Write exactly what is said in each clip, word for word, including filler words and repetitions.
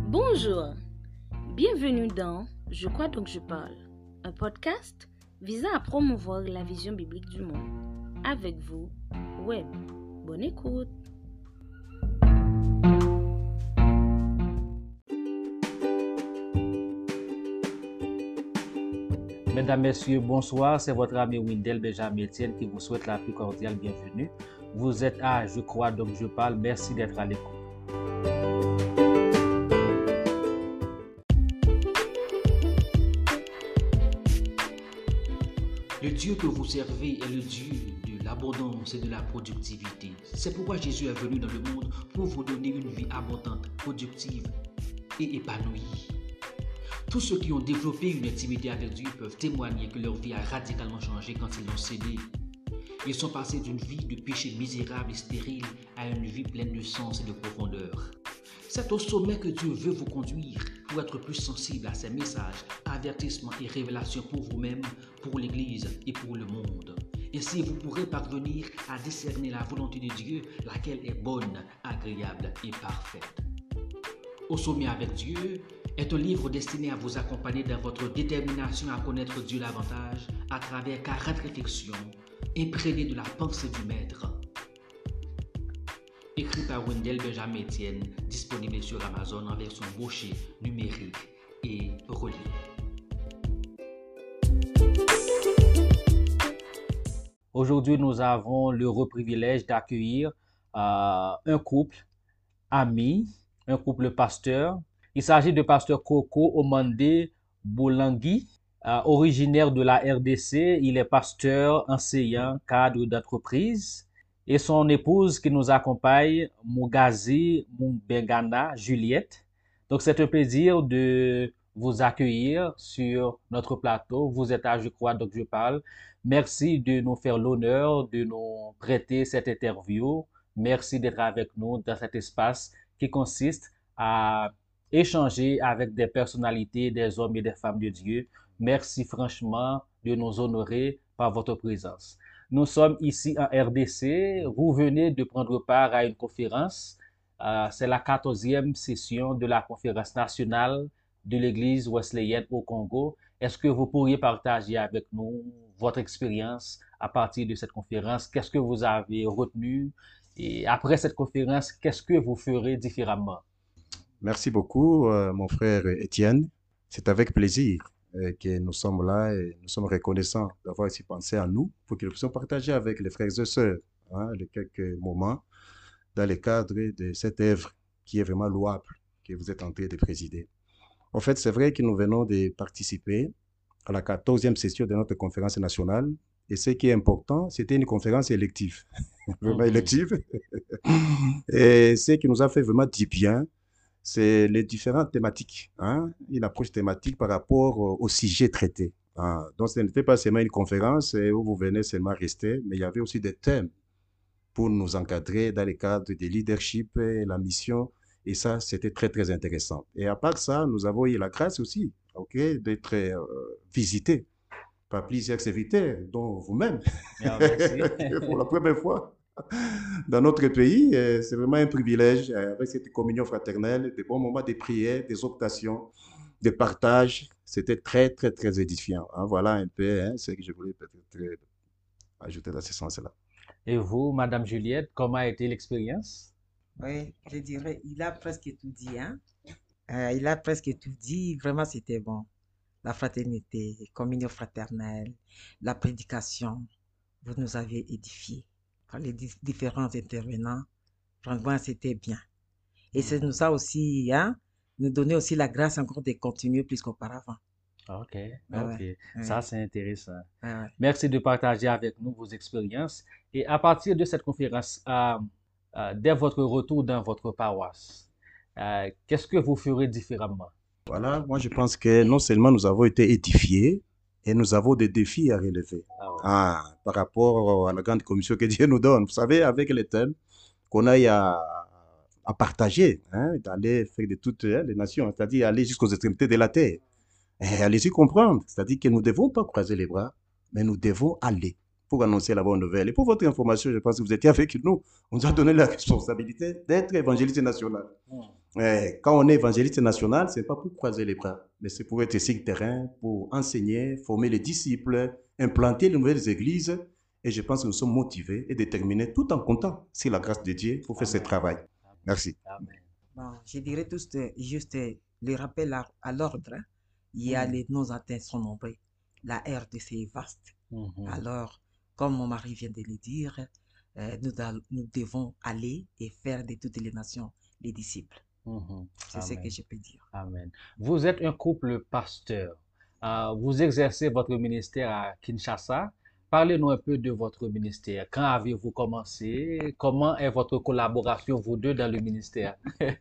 Bonjour, bienvenue dans Je crois donc je parle, un podcast visant à promouvoir la vision biblique du monde. Avec vous, Web. Bonne écoute. Mesdames, Messieurs, bonsoir. C'est votre ami Windel Benjamin Etienne qui vous souhaite la plus cordiale bienvenue. Vous êtes à Je crois donc je parle. Merci d'être à l'écoute. Le Dieu que vous servez est le Dieu de l'abondance et de la productivité. C'est pourquoi Jésus est venu dans le monde pour vous donner une vie abondante, productive et épanouie. Tous ceux qui ont développé une intimité avec Dieu peuvent témoigner que leur vie a radicalement changé quand ils l'ont cédé. Ils sont passés d'une vie de péché misérable et stérile à une vie pleine de sens et de profondeur. C'est au sommet que Dieu veut vous conduire pour être plus sensible à ses messages, avertissements et révélations pour vous-même, pour l'Église et pour le monde. Ainsi, vous pourrez parvenir à discerner la volonté de Dieu, laquelle est bonne, agréable et parfaite. Au sommet avec Dieu est un livre destiné à vous accompagner dans votre détermination à connaître Dieu davantage à travers quarante réflexions imprégnées de la pensée du Maître. Écrit par Wendell Benjamin Etienne, disponible sur Amazon en version brochée, numérique et reliée. Aujourd'hui, nous avons l'heureux privilège d'accueillir euh, un couple ami, un couple pasteur. Il s'agit de pasteur Koko Omande Boulangui, euh, originaire de la R D C. Il est pasteur, enseignant, cadre d'entreprise. Et son épouse qui nous accompagne, Mugazi Mumbengana Juliette. Donc, c'est un plaisir de vous accueillir sur notre plateau. Vous êtes à Je crois donc je parle. Merci de nous faire l'honneur de nous prêter cette interview. Merci d'être avec nous dans cet espace qui consiste à échanger avec des personnalités, des hommes et des femmes de Dieu. Merci franchement de nous honorer par votre présence. Nous sommes ici en R D C. Vous venez de prendre part à une conférence. Euh, c'est la quatorzième session de la conférence nationale de l'Église wesleyenne au Congo. Est-ce que vous pourriez partager avec nous votre expérience à partir de cette conférence? Qu'est-ce que vous avez retenu? Et après cette conférence, qu'est-ce que vous ferez différemment? Merci beaucoup, euh, mon frère Étienne. C'est avec plaisir euh, que nous sommes là et nous sommes reconnaissants d'avoir ici pensé à nous pour que nous puissions partager avec les frères et sœurs hein, les quelques moments dans le cadre de cette œuvre qui est vraiment louable, que vous êtes en train de présider. En fait, c'est vrai que nous venons de participer à la quatorzième session de notre conférence nationale. Et ce qui est important, c'était une conférence élective, vraiment élective. Et ce qui nous a fait vraiment du bien, c'est les différentes thématiques, hein? Une approche thématique par rapport au sujet traité. Hein? Donc, ce n'était pas seulement une conférence où vous venez seulement rester, mais il y avait aussi des thèmes pour nous encadrer dans le cadre du leadership et la mission. Et ça, c'était très, très intéressant. Et à part ça, nous avons eu la grâce aussi okay, d'être euh, visités par plusieurs serviteurs, dont vous-même, pour la première fois dans notre pays. C'est vraiment un privilège avec cette communion fraternelle, des bons moments de prière, des optations, des partages. C'était très, très, très édifiant. Hein, voilà un peu hein, ce que je voulais peut-être ajouter dans ce sens-là. Et vous, Madame Juliette, comment a été l'expérience? Oui, je dirais, il a presque tout dit. Hein? Euh, il a presque tout dit. Vraiment, c'était bon. La fraternité, communion fraternelle, la prédication, vous nous avez édifiés. Les différents intervenants, franchement, c'était bien. Et ça nous a aussi, hein, nous donné aussi la grâce encore de continuer plus qu'auparavant. OK, Ah OK. ouais, Ça, ouais. c'est intéressant. Ah ouais. Merci de partager avec nous vos expériences. Et à partir de cette conférence, euh, euh, dès votre retour dans votre paroisse, euh, qu'est-ce que vous ferez différemment? Voilà, moi je pense que non seulement nous avons été édifiés, et nous avons des défis à relever Ah ouais. ah, par rapport à la grande commission que Dieu nous donne. Vous savez, avec les thèmes qu'on a à, à partager, hein, d'aller faire de toutes hein, les nations, c'est-à-dire aller jusqu'aux extrémités de la terre. Et allez-y comprendre, c'est-à-dire que nous ne devons pas croiser les bras, mais nous devons aller pour annoncer la bonne nouvelle. Et pour votre information, je pense que vous étiez avec nous, on nous a donné la responsabilité d'être évangéliste national. Eh, quand on est évangéliste national, ce n'est pas pour croiser les bras, mais c'est pour être sur le terrain, pour enseigner, former les disciples, implanter de nouvelles églises. Et je pense que nous sommes motivés et déterminés, tout en comptant sur la grâce de Dieu pour faire ce travail. Merci. Amen. Bon, je dirais juste, juste le rappel à, à l'ordre. Hein. Il y a Mhm. les nos atteintes sont nombreux. La R D C est vaste. Mhm. Alors, comme mon mari vient de le dire, euh, nous, da- nous devons aller et faire de toutes les nations les disciples. Mhm. C'est ce que Amen. je peux dire. Amen. Vous êtes un couple pasteur. Euh, vous exercez votre ministère à Kinshasa. Parlez-nous un peu de votre ministère. Quand avez-vous commencé? Comment est votre collaboration, vous deux, dans le ministère?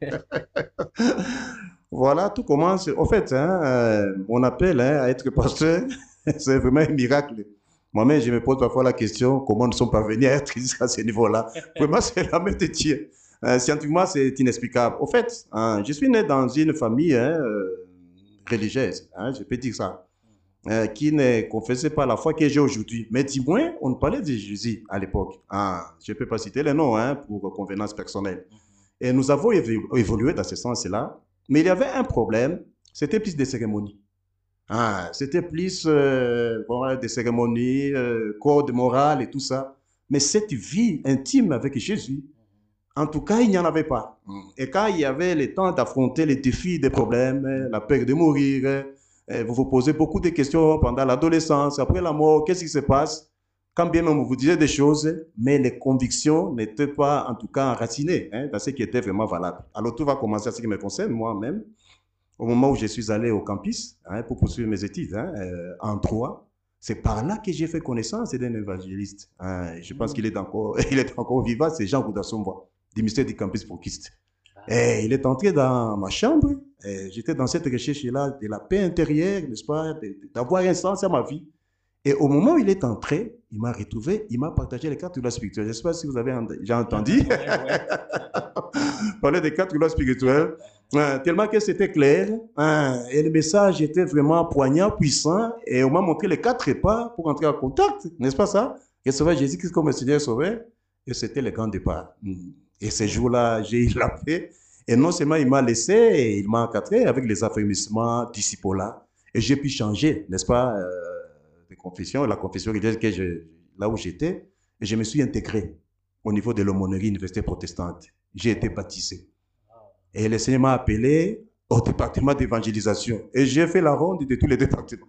Voilà, tout commence. En fait, hein, euh, mon appel hein, à être pasteur, c'est vraiment un miracle. Moi-même, je me pose parfois la question comment nous sommes parvenus à être à ce niveau-là. Vraiment, c'est la main de Dieu. Euh, scientifiquement, c'est inexplicable. En fait, hein, je suis né dans une famille hein, euh, religieuse, hein, je peux dire ça, euh, qui ne confessait pas la foi que j'ai aujourd'hui. Mais du moins, on parlait de Jésus à l'époque. Ah, je ne peux pas citer les noms hein, pour convenance personnelle. Et nous avons évo- évolué dans ce sens-là. Mais il y avait un problème, c'était plus des cérémonies. Ah, c'était plus euh, bon, des cérémonies, euh, code moral et tout ça. Mais cette vie intime avec Jésus, en tout cas, il n'y en avait pas. Et quand il y avait le temps d'affronter les défis, des problèmes, euh, la peur de mourir, euh, vous vous posez beaucoup de questions pendant l'adolescence, après la mort, qu'est-ce qui se passe? Quand bien même vous disiez des choses, mais les convictions n'étaient pas en tout cas enracinées hein, dans ce qui était vraiment valable. Alors tout va commencer à ce qui me concerne moi-même. Au moment où je suis allé au campus hein, pour poursuivre mes études hein, euh, en droit, c'est par là que j'ai fait connaissance d'un évangéliste. Hein. Je pense qu'il est encore, il est encore vivant, c'est Jean Goudassomba, du ministère du campus pour Christ. Et il est entré dans ma chambre, et j'étais dans cette recherche-là de la paix intérieure, n'est-ce pas, d'avoir un sens à ma vie. Et au moment où il est entré, il m'a retrouvé, il m'a partagé les quatre lois spirituelles. Je ne sais pas si vous avez déjà entendu parler des quatre lois spirituelles. Euh, tellement que c'était clair hein, et le message était vraiment poignant, puissant et on m'a montré les quatre pas pour entrer en contact, n'est-ce pas ça? Recevoir Jésus-Christ comme le Seigneur Sauveur et c'était le grand départ. Et ces jours-là, j'ai eu la paix et non seulement il m'a laissé, et il m'a encadré avec les affermissements disciples-là et j'ai pu changer, n'est-ce pas, euh, de confession, la confession religieuse que je, là où j'étais et je me suis intégré au niveau de l'aumônerie université protestante. J'ai été baptisé. Et le Seigneur m'a appelé au département d'évangélisation. Et j'ai fait la ronde de tous les départements.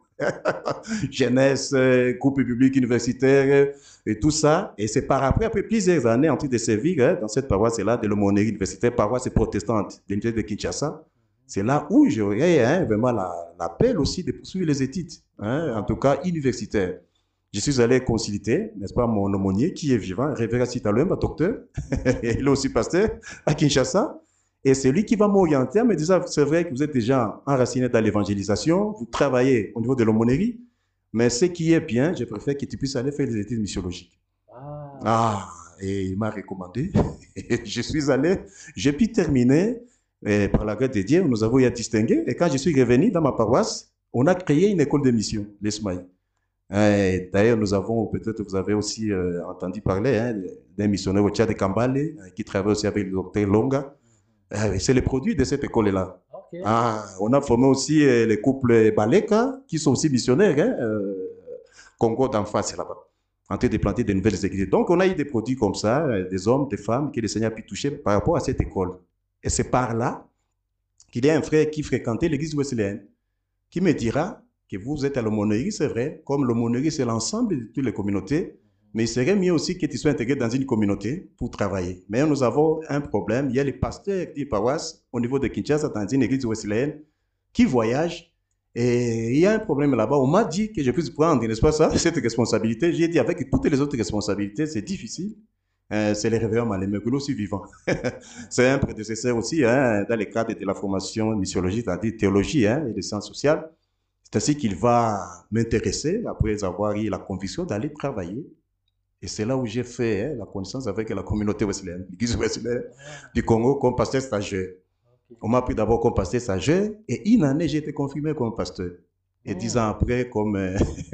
Jeunesse, groupe public universitaire, et tout ça. Et c'est par après, après plusieurs années, en train de servir hein, dans cette paroisse-là de l'aumônerie universitaire, paroisse protestante de l'université de Kinshasa. C'est là où j'aurais hein, vraiment l'appel la, aussi de poursuivre les études, hein, en tout cas universitaires. Je suis allé consulter, n'est-ce pas, mon aumônier qui est vivant, Révérend Citalumba, docteur, et il est aussi pasteur à Kinshasa. Et c'est lui qui va m'orienter en me disant, c'est vrai que vous êtes déjà enraciné dans l'évangélisation, vous travaillez au niveau de l'aumônerie, mais ce qui est bien, je préfère que tu puisses aller faire des études missiologiques. Ah, ah et il m'a recommandé. Et je suis allé, j'ai pu terminer, et par la grâce de Dieu, nous avons eu à distinguer. Et quand je suis revenu dans ma paroisse, on a créé une école de mission, l'Esmaï. D'ailleurs, nous avons, peut-être vous avez aussi euh, entendu parler hein, d'un missionnaire au Tchad de Kambale, euh, qui travaille aussi avec le docteur Longa. Euh, c'est le produit de cette école-là. Okay. Ah, on a formé aussi euh, les couples Baleka, qui sont aussi missionnaires, hein, euh, Congo d'en face là-bas, en train de planter de nouvelles églises. Donc, on a eu des produits comme ça, euh, des hommes, des femmes, que le Seigneur a pu toucher par rapport à cette école. Et c'est par là qu'il y a un frère qui fréquentait l'église wesléenne, qui me dira que vous êtes à l'aumônerie, c'est vrai, comme l'aumônerie, c'est l'ensemble de toutes les communautés, mais il serait mieux aussi que tu sois intégré dans une communauté pour travailler. Mais nous avons un problème, il y a les pasteurs des paroisses au niveau de Kinshasa, dans une église wesléenne, qui voyagent, et il y a un problème là-bas. On m'a dit que je puisse prendre, n'est-ce pas ça, cette responsabilité. J'ai dit, avec toutes les autres responsabilités, c'est difficile. Euh, c'est le réveillon Malémé, que aussi vivant. C'est un prédécesseur aussi, hein, dans le cadre de la formation missiologique, c'est-à-dire théologie hein, et des sciences sociales. C'est ainsi qu'il va m'intéresser, après avoir eu la conviction d'aller travailler. Et c'est là où j'ai fait hein, la connaissance avec la communauté wesléenne, l'église wesléenne du Congo, comme pasteur stagiaire. On m'a pris d'abord comme pasteur stagiaire, et une année, j'ai été confirmé comme pasteur. Et dix ans après, comme euh,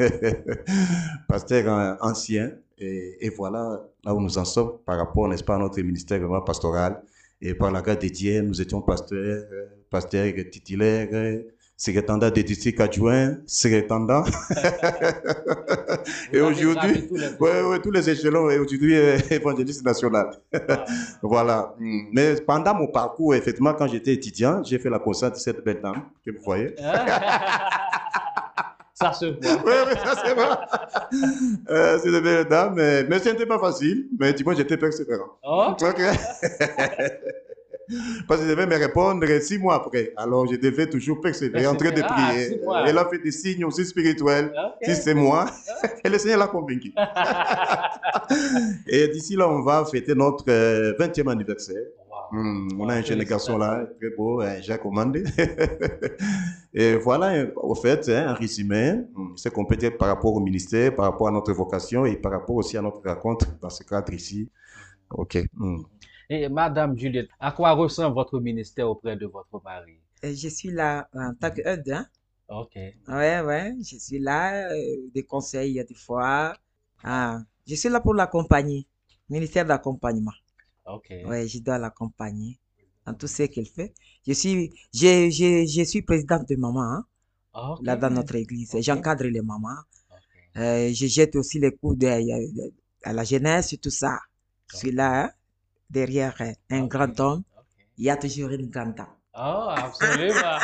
pasteur ancien. Et, et voilà là où nous en sommes par rapport, n'est-ce pas, à notre ministère vraiment pastoral Et par la grâce de Dieu, nous étions pasteurs, euh, pasteurs titulaires, euh, secrétariat de district adjoint, secrétariat. Et aujourd'hui, ouais, ouais, tous les échelons, et aujourd'hui, euh, évangéliste national. Voilà. Mais pendant mon parcours, effectivement, quand j'étais étudiant, j'ai fait la connaissance de cette belle dame que vous voyez. Ça se voit. Oui, oui, ça se voit. Euh, c'est une belle dame, mais, mais ce n'était pas facile. Mais dis-moi, j'étais persévérant. Oh. Ok. Parce que je devais me répondre six mois après. Alors, je devais toujours persévérer en train de prier. Ah, elle a fait des signes aussi spirituels. Okay. Si c'est moi, et le Seigneur l'a convaincu. Et d'ici là, on va fêter notre vingtième anniversaire. Wow. Mmh, on a un jeune garçon là, très beau, Jacques Omandé. Et voilà, au fait, hein, en résumé, ce qu'on peut dire par rapport au ministère, par rapport à notre vocation et par rapport aussi à notre rencontre dans ce cadre ici. OK. Mmh. Et Madame Juliette, à quoi ressemble votre ministère auprès de votre mari? Je suis là en tant qu'aide. Hein? Ok. Ouais, ouais, je suis là, euh, des conseils des fois. Ah, je suis là pour l'accompagner, ministère d'accompagnement. Ok. Ouais, je dois l'accompagner dans tout ce qu'elle fait. Je suis, je, je, je suis présidente de maman, hein, okay. Là dans notre église. Okay. J'encadre les mamans. Okay. Euh, je jette aussi les coups de, de, à la jeunesse et tout ça. Okay. Je suis là, hein, derrière un okay. grand homme. Okay. Il y a toujours une grande dame. Oh, absolument.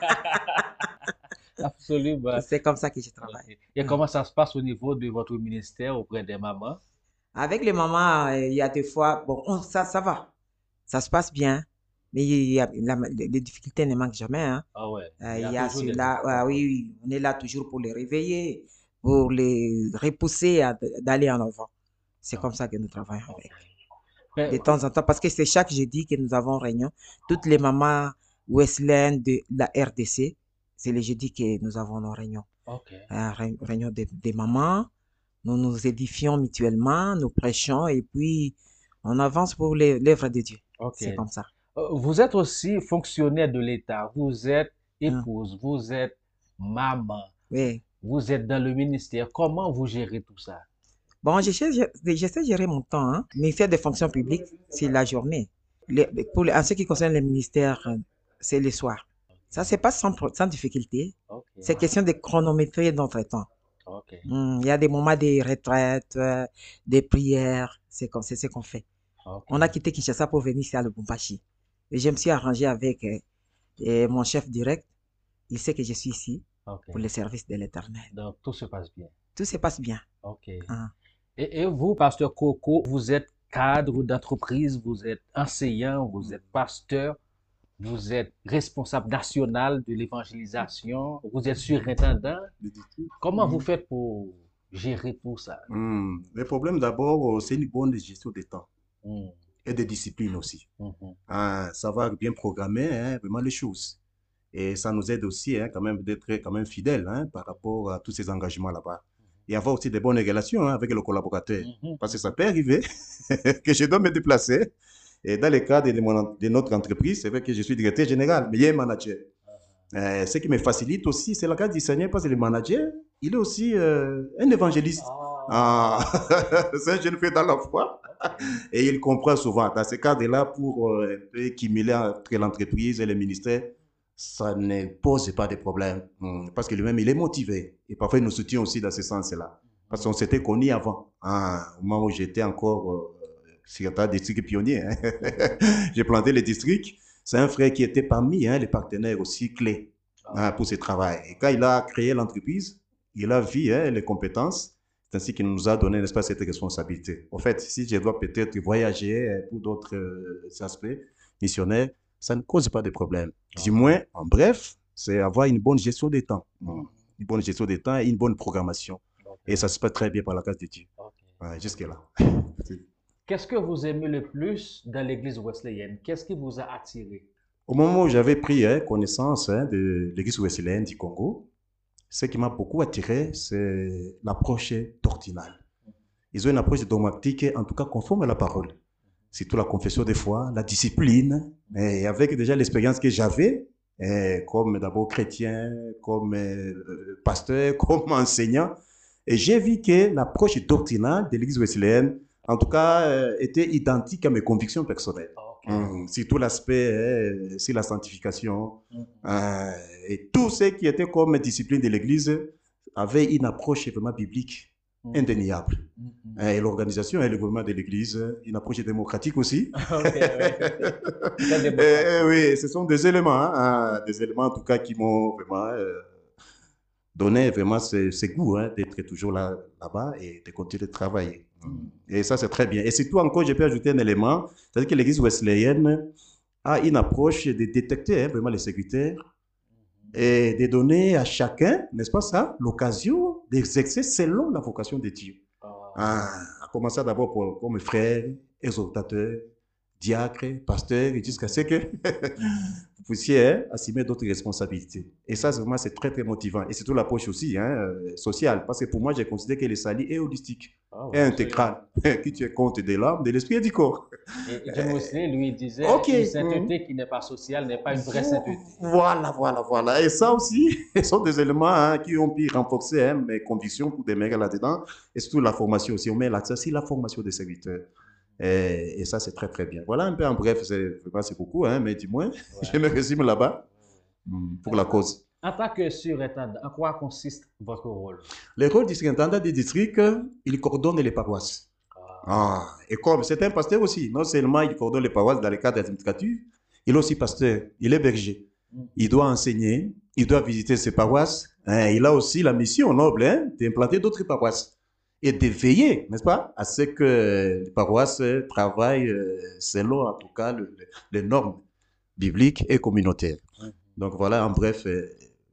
Absolument. C'est comme ça que je travaille. Okay. Et mmh. comment ça se passe au niveau de votre ministère auprès des mamans? Avec les mamans, il y a des fois, bon, on, ça, ça va. Ça se passe bien. Mais il y a, la, les difficultés ne manquent jamais. Hein. Ah ouais. Euh, il y a ceux-là, ouais, oui, oui, on est là toujours pour les réveiller, pour les repousser d'aller en avant. C'est ah. comme ça que nous travaillons avec. Mais, de temps en temps, parce que c'est chaque jeudi que nous avons réunion. Toutes les mamans Wesleyan de la R D C, c'est le jeudi que nous avons nos réunions. Okay. Euh, réunion des, des mamans. Nous nous édifions mutuellement, nous prêchons et puis on avance pour l'œuvre de Dieu. Okay. C'est comme ça. Vous êtes aussi fonctionnaire de l'État. Vous êtes épouse, hum. vous êtes maman. Oui. Vous êtes dans le ministère. Comment vous gérez tout ça? Bon, j'essaie de gérer mon temps. Hein. Le ministère des fonctions publiques, c'est la journée. Les, pour les, en ce qui concerne les ministères, c'est le soir. Ça se passe sans, sans difficulté. Okay. C'est question de chronométrer notre temps. Okay. Hum, il y a des moments de retraite, euh, des prières, c'est ce qu'on fait. Okay. On a quitté Kinshasa pour venir ici à Lubumbashi. Et je me suis arrangé avec euh, et mon chef direct. Il sait que je suis ici okay. pour le service de l'Éternel. Donc tout se passe bien. Tout se passe bien. Ok. Hein. Et, et vous, pasteur Coco, vous êtes cadre d'entreprise, vous êtes enseignant, vous êtes pasteur. Vous êtes responsable national de l'évangélisation, vous êtes surintendant. Comment mmh. vous faites pour gérer tout ça? mmh. Le problème d'abord, c'est une bonne gestion des temps mmh. et de discipline aussi. Mmh. Hein, savoir bien programmer hein, vraiment les choses. Et ça nous aide aussi hein, quand même d'être quand même fidèles hein, par rapport à tous ces engagements là-bas. Et avoir aussi de bonnes relations hein, avec le collaborateur. Mmh. Parce que ça peut arriver que je dois me déplacer. Et dans le cadre de, mon, de notre entreprise, c'est vrai que je suis directeur général, mais il y a un manager. Euh, ce qui me facilite aussi, c'est la grâce du Seigneur, parce que le manager, il est aussi euh, un évangéliste. Oh. Ah. C'est un jeune fait dans la foi. Et il comprend souvent. Dans ce cadre-là, pour euh, un peu cumuler entre l'entreprise et le ministère, ça ne pose pas de problème. Hum, parce que lui-même, il est motivé. Et parfois, il nous soutient aussi dans ce sens-là. Parce qu'on s'était connus avant. Ah, au moment où j'étais encore... Euh, secrétaire district pionnier. Hein. J'ai planté le district. C'est un frère qui était parmi hein, les partenaires aussi clés hein, pour ce travail. Et quand il a créé l'entreprise, il a vu hein, les compétences. C'est ainsi qu'il nous a donné, n'est-ce pas, cette responsabilité. En fait, si je dois peut-être voyager hein, pour d'autres euh, aspects missionnaires, ça ne cause pas de problème. Ah. Du moins, en bref, c'est avoir une bonne gestion des temps. Mmh. Une bonne gestion des temps et une bonne programmation. Okay. Et ça se passe très bien par la grâce de Dieu. Okay. Ouais, jusque-là. Qu'est-ce que vous aimez le plus dans l'église wesleyenne? Qu'est-ce qui vous a attiré? Au moment où j'avais pris hein, connaissance hein, de l'église wesleyenne du Congo, ce qui m'a beaucoup attiré, c'est l'approche doctrinale. Ils ont une approche dogmatique, en tout cas conforme à la parole. Surtout la confession de foi, la discipline, et avec déjà l'expérience que j'avais, comme d'abord chrétien, comme euh, pasteur, comme enseignant, et j'ai vu que l'approche doctrinale de l'église wesleyenne en tout cas, euh, était identique à mes convictions personnelles. Hum, surtout l'aspect, euh, c'est la sanctification. Mhm. Euh, et tout ce qui était comme discipline de l'Église avait une approche vraiment biblique, Mhm. indéniable. Mhm. Euh, Et l'organisation et le gouvernement de l'Église, une approche démocratique aussi. Ok, ouais. Très Eh, démocratique. eh oui, ce sont des éléments, hein, hein, des éléments en tout cas qui m'ont vraiment euh, donné vraiment ce, ce goût hein, d'être toujours là, là-bas et de continuer de travailler. Mhm. Et ça, c'est très bien. Et surtout encore, je peux ajouter un élément, c'est-à-dire que l'Église wesleyenne a une approche de détecter hein, vraiment les sécuritaires et de donner à chacun, n'est-ce pas ça, l'occasion d'exercer selon la vocation de Dieu. Ah, Ah, à commencer d'abord pour- comme frère, exhortateur, diacre, pasteur, et jusqu'à ce que vous puissiez hein, assumer d'autres responsabilités. Et ça, c'est vraiment, c'est très, très motivant. Et surtout l'approche aussi, hein, euh, sociale. Parce que pour moi, j'ai considéré que le salut est holistique, ah est ouais, intégral, qui tient compte de l'âme, de l'esprit et du corps. absolument. Et John Wesley, lui, disait Ok. une Mhm. sainteté qui n'est pas sociale n'est pas une vraie sainteté. Voilà, voilà, voilà. Et ça aussi, ce sont des éléments hein, qui ont pu renforcer hein, mes convictions pour démarrer là-dedans. Et surtout la formation aussi. On met l'accent sur la formation des serviteurs. Et, et ça, c'est très, très bien. Voilà un peu en bref, c'est vraiment, c'est beaucoup, hein, mais dis-moi, je Ouais. me résume là-bas mm, pour la cause. En tant que surintendant, en quoi consiste votre rôle? Le rôle du surintendant du district, il coordonne les paroisses. Ah, Ah, et comme c'est un pasteur aussi, non seulement il coordonne les paroisses dans le cadre administratif, il est aussi pasteur, il est berger. mm. Il doit enseigner, il doit visiter ses paroisses. Hein, il a aussi la mission noble hein, d'implanter d'autres paroisses et de veiller, n'est-ce pas, à ce que les paroisses travaillent euh, selon, en tout cas, le- le- les normes bibliques et communautaires. Mhm. Donc voilà, en bref, euh,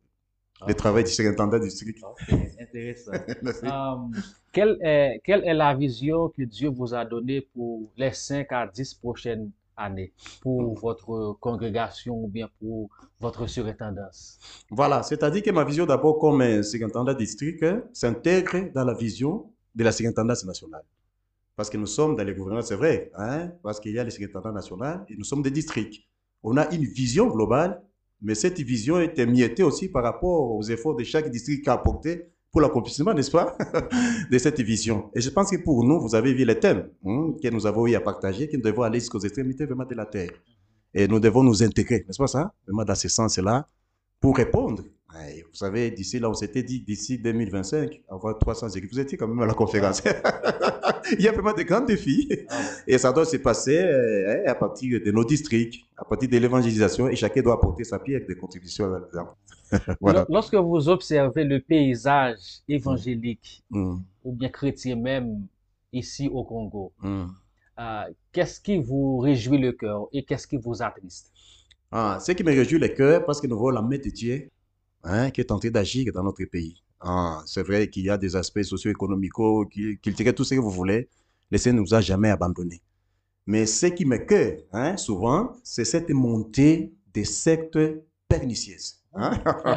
le Ok. travail du surintendant du district. Ok, intéressant. Merci. Um, quelle est, quelle est la vision que Dieu vous a donnée pour les cinq à dix prochaines années, pour votre congrégation ou bien pour votre surintendance? Voilà, c'est-à-dire que ma vision d'abord comme euh, surintendant du district hein, s'intègre dans la vision de la surintendance nationale. Parce que nous sommes dans les gouvernements, c'est vrai, hein, parce qu'il y a les surintendants nationaux et nous sommes des districts. On a une vision globale, mais cette vision est émiettée aussi par rapport aux efforts de chaque district qui a apporté pour l'accomplissement, n'est-ce pas, de cette vision. Et je pense que pour nous, vous avez vu les thèmes hein, que nous avons eu à partager, que nous devons aller jusqu'aux extrémités vraiment de la terre. Et nous devons nous intégrer, n'est-ce pas ça, vraiment dans ce sens-là, pour répondre. Et vous savez, d'ici là, on s'était dit, d'ici deux mille vingt-cinq, avoir trois cents équipes. Vous étiez quand même à la conférence. Il y a vraiment des grands défis. Ah ouais. Et ça doit se passer euh, à partir de nos districts, à partir de l'évangélisation, et chacun doit apporter sa pierre de contribution là-dedans. Voilà. Lors- Lorsque vous observez le paysage évangélique Mm, ou bien chrétien même ici au Congo, mm. euh, qu'est-ce qui vous réjouit le cœur et qu'est-ce qui vous attriste? Ah, ce qui me réjouit le cœur, parce que nous voyons la main de Dieu hein, qui est en train d'agir dans notre pays. Ah, c'est vrai qu'il y a des aspects socio-économiques, culturels, tout ce que vous voulez. Le Seigneur ne nous a jamais abandonnés. Mais ce qui me cœur, hein, souvent, c'est cette montée des sectes pernicieuses. Hein?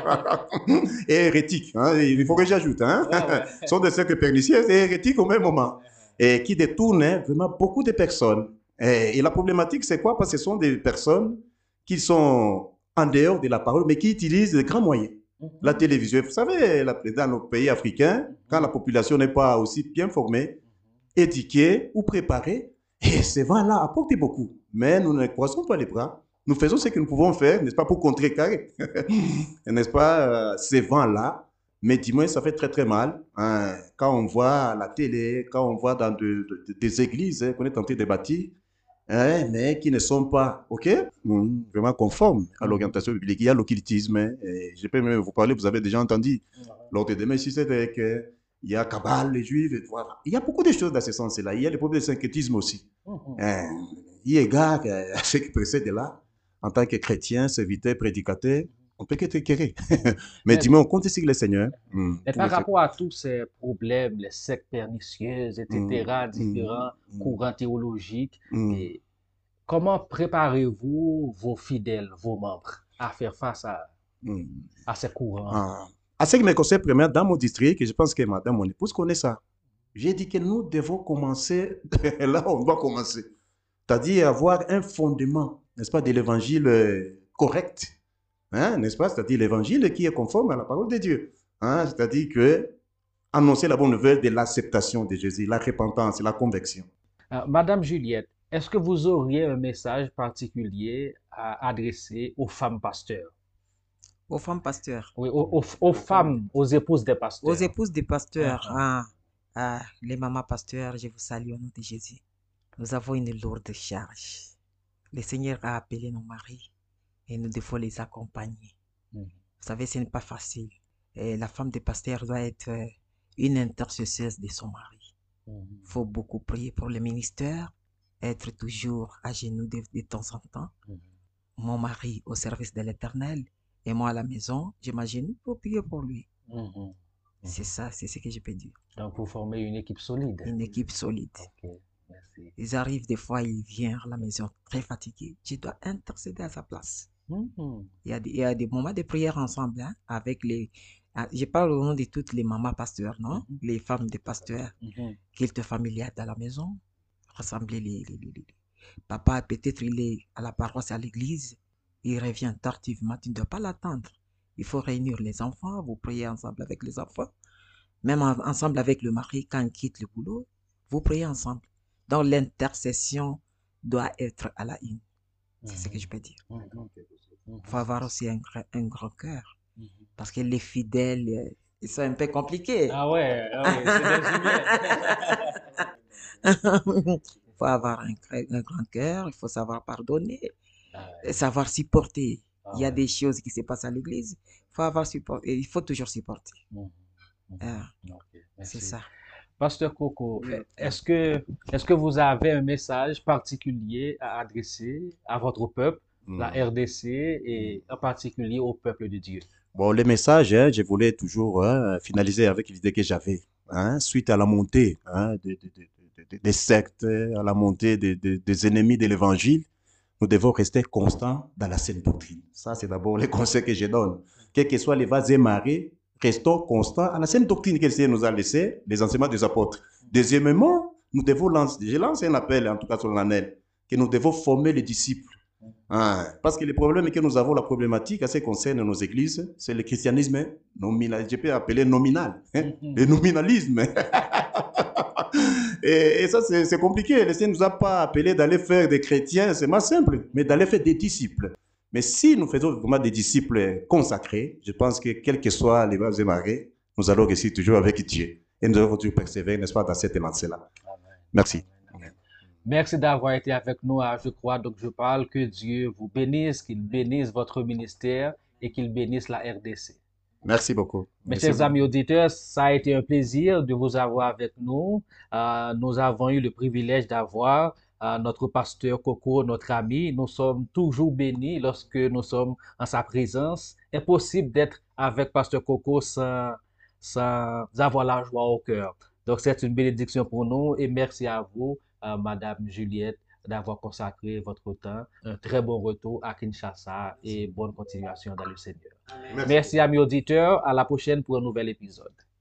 Et hérétiques. Hein? Il faut que j'ajoute. Hein? Ouais, ouais. Ce sont des sectes pernicieuses et hérétiques au même moment. Et qui détournent hein, vraiment beaucoup de personnes. Et, et la problématique, c'est quoi? Parce que ce sont des personnes qui sont en dehors de la parole, mais qui utilisent de grands moyens. La télévision, vous savez, la- dans nos pays africains, quand la population n'est pas aussi bien formée, éduquée ou préparée, et ces vents-là apportent beaucoup. Mais nous ne croisons pas les bras. Nous faisons ce que nous pouvons faire, n'est-ce pas, pour contrecarrer, n'est-ce pas, euh, ces vents-là. Mais dis-moi, ça fait très très mal hein, quand on voit à la télé, quand on voit dans de- de- des églises hein, qu'on est tenté de bâtir, hein, mais qui ne sont pas, ok, mm, vraiment conformes à l'orientation biblique. Il y a l'occultisme. Hein, et je peux même vous parler, vous avez déjà entendu, lors de demain, si c'est vrai que il y a Kabbale, les Juifs, et voilà. Il y a beaucoup de choses dans ce sens-là. Il y a le problème de syncrétisme aussi. Mhm. Hein, il égard euh, à ce qui précède là, en tant que chrétien, serviteur, prédicateur, on peut qu'être éclairé. Mais Mais- dis-moi, on compte sur le Seigneur. mm, Mais pour par le- rapport à tous ces problèmes, les sectes pernicieuses, et cetera, Mm, différents mm, courants théologiques, mm. et comment préparez-vous vos fidèles, vos membres, à faire face à, Mm. à ces courants? Ah. À ce qui me concerne, premièrement, dans mon district, et je pense que madame, mon épouse connaît ça, j'ai dit que nous devons commencer, là on doit commencer, c'est-à-dire avoir un fondement, n'est-ce pas, de l'évangile euh, correct, hein, n'est-ce pas, c'est-à-dire l'évangile qui est conforme à la parole de Dieu, hein, c'est-à-dire que annoncer la bonne nouvelle de l'acceptation de Jésus, la repentance, la conversion. Euh, Madame Juliette, Est-ce que vous auriez un message particulier à adresser aux femmes pasteurs? Aux femmes pasteurs, Oui, aux, aux- aux femmes, aux épouses des aux pasteurs. épouses des pasteurs, Uh-huh. ah, ah, les mamans pasteurs, je vous salue au nom de Jésus. Nous avons une lourde charge. Le Seigneur a appelé nos maris et nous devons les accompagner. Mhm. Vous savez, ce n'est pas facile. Et la femme de pasteur doit être euh, une intercesseuse de son mari. Mhm. Il faut beaucoup prier pour le ministère, être toujours à genoux de, de temps en temps. Mhm. Mon mari au service de l'Éternel et moi à la maison, j'imagine, pour prier pour lui. Mhm. C'est ça, c'est ce que je peux dire. Donc, vous formez une équipe solide. Une équipe solide. Ok, merci. Ils arrivent des fois, il vient à la maison très fatigué. Je dois intercéder à sa place. Mhm. Il y a des, il y a des moments de prière ensemble, hein, avec les... ah, Je parle au nom de toutes les mamans pasteurs, non? Mhm. Les femmes des pasteurs, Mhm. culte familial à la maison, rassembler les, les, les- les- Papa, peut-être il est à la paroisse, à l'église, il revient tardivement, tu ne dois pas l'attendre. Il faut réunir les enfants, vous priez ensemble avec les enfants, même en- ensemble avec le mari quand il quitte le boulot, vous priez ensemble. Donc l'intercession doit être à la une. C'est ce que je peux dire. Mhm. Mhm. Il faut avoir aussi un, gra- un grand cœur. Mhm. Parce que les fidèles, euh, ils sont un peu compliqués. Ah ouais, ah ouais, c'est des humains. Il faut avoir un, cra- un grand cœur, il faut savoir pardonner, Ah et savoir supporter. Ah Il y a ouais. des choses qui se passent à l'église, il faut avoir support, et il faut toujours supporter. Mhm. Mhm. Ah, Ok, c'est merci. ça. Pasteur Coco, Oui. est-ce que, est-ce que vous avez un message particulier à adresser à votre peuple, la Hmm. R D C, et en particulier au peuple de Dieu? Bon, les messages, hein, je voulais toujours hein, finaliser avec l'idée que j'avais. Hein, suite à la montée hein, de- de- de- de- de- des sectes, à la montée de- de- des ennemis de l'évangile, nous devons rester constants dans la saine doctrine. Ça, c'est d'abord les conseils que je donne. Quels que soient les vases et marées, restons constants à la saine doctrine que le Seigneur nous a laissée, les enseignements des apôtres. Deuxièmement, nous devons lancer, je lance un appel, en tout cas solennel, que nous devons former les disciples. Hein, parce que le problème que nous avons, la problématique à ce qui concerne nos églises, c'est le christianisme nominal, je peux appeler nominal, hein, Mhm. le nominalisme. et, et ça, c'est c'est compliqué. Le Seigneur ne nous a pas appelé d'aller faire des chrétiens, c'est pas simple, mais d'aller faire des disciples. Mais si nous faisons vraiment des disciples consacrés, je pense que quels que soient les vases et marées, nous allons réussir toujours avec Dieu. Et nous devons toujours persévérer, n'est-ce pas, dans cette lancée-là. Amen. Merci. Amen. Merci d'avoir été avec nous à Je crois, donc je parle. Que Dieu vous bénisse, qu'il bénisse votre ministère et qu'il bénisse la R D C. Merci beaucoup. Mes Merci chers beaucoup. amis auditeurs, ça a été un plaisir de vous avoir avec nous. Euh, nous avons eu le privilège d'avoir euh, notre pasteur Coco, notre ami. Nous sommes toujours bénis lorsque nous sommes en sa présence. Impossible d'être avec pasteur Coco sans, sans avoir la joie au cœur. Donc c'est une bénédiction pour nous et merci à vous, euh, Madame Juliette, d'avoir consacré votre temps. Un très bon retour à Kinshasa et bonne continuation dans le Seigneur. Merci. Merci, amis auditeurs. À la prochaine pour un nouvel épisode.